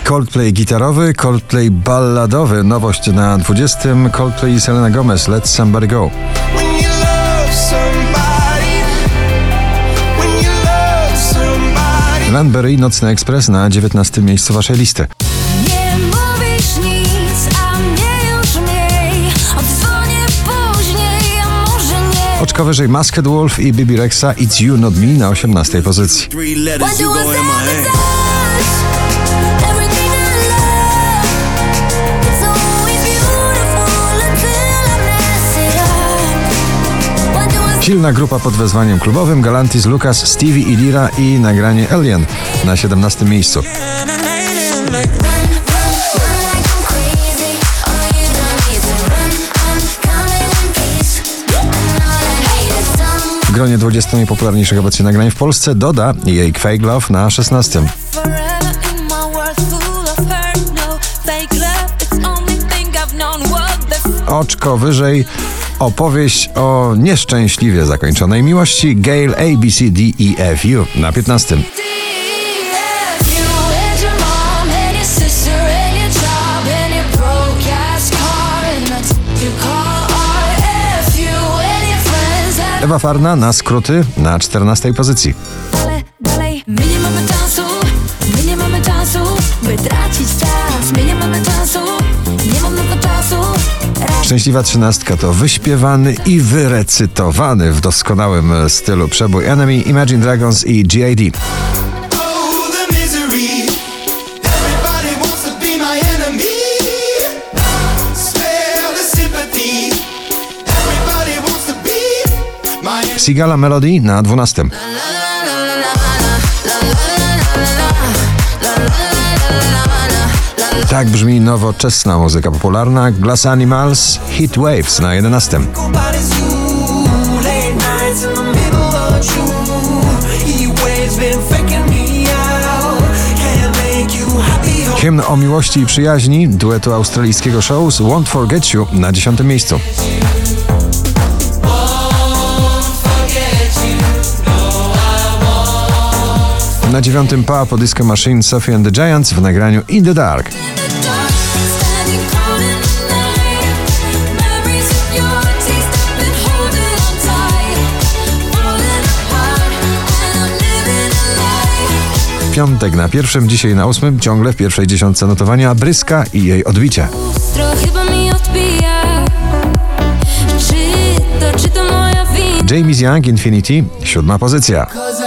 Coldplay gitarowy, Coldplay balladowy. Nowość na 20. Coldplay i Selena Gomez, Let Somebody Go. Landberry, Nocny Ekspres na 19. miejscu waszej listy. Nie mówisz nic, a mnie już mniej. Odzwonię później, a może nie. Oczko wyżej Masked Wolf i Bibi Rexa, It's You Not Me na 18. pozycji. Silna grupa pod wezwaniem klubowym, Galantis, Lucas, Stevie i Lira i nagranie Alien na 17. miejscu. W gronie 20 najpopularniejszych obecnie nagrań w Polsce Doda i jej Fake Love na 16. Oczko wyżej opowieść o nieszczęśliwie zakończonej miłości Gayle ABCDEFU na 15. Ewa Farna na skróty na 14. pozycji. Dalej, my nie mamy czasu, by tracić czas. My nie mamy czasu, nie mam na to czasu. Szczęśliwa 13 to wyśpiewany i wyrecytowany w doskonałym stylu przebój Enemy, Imagine Dragons i G.I.D. Sigala Melody na 12. Tak brzmi nowoczesna muzyka popularna. Glass Animals, Heat Waves na 11. Hymn o miłości i przyjaźni duetu australijskiego Shows Won't Forget You na 10. miejscu. Na 9. Power Disco Machine, Sophie and the Giants w nagraniu In the Dark. Piątek na 1, dzisiaj na 8, ciągle w pierwszej dziesiątce notowania Bryska i jej Odbicie. James Young, Infinity, 7. pozycja.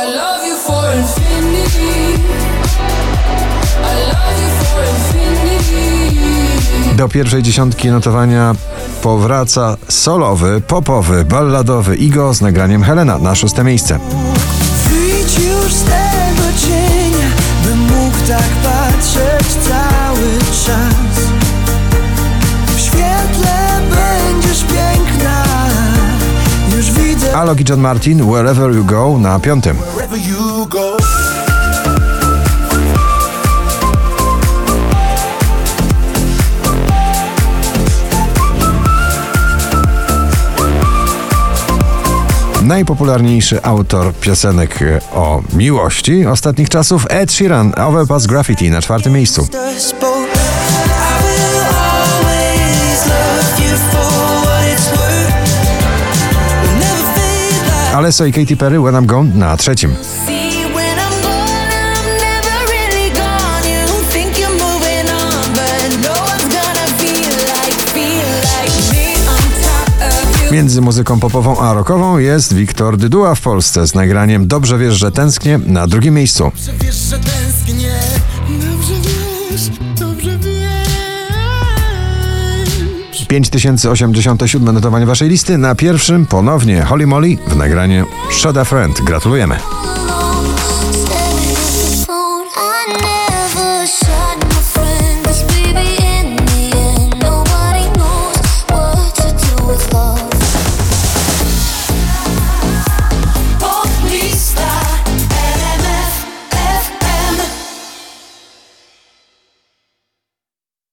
Do pierwszej dziesiątki notowania powraca solowy, popowy, balladowy Igo z nagraniem Helena na 6. miejsce. Wyjdź już z tego cienia, bym mógł tak patrzeć cały czas. W świetle będziesz piękna, już widzę. Alok i John Martin, Wherever You Go na 5. Najpopularniejszy autor piosenek o miłości ostatnich czasów Ed Sheeran, Overpass Graffiti na 4. miejscu. Alesso i Katy Perry, When I'm Gone na 3. Między muzyką popową a rockową jest Wiktor Dyduła w Polsce z nagraniem Dobrze wiesz, że tęsknię na 2. miejscu. Dobrze wiesz, że tęsknię. Dobrze wiesz. 5087 notowanie waszej listy. Na 1 ponownie Holly Molly w nagraniu Shut a Friend. Gratulujemy.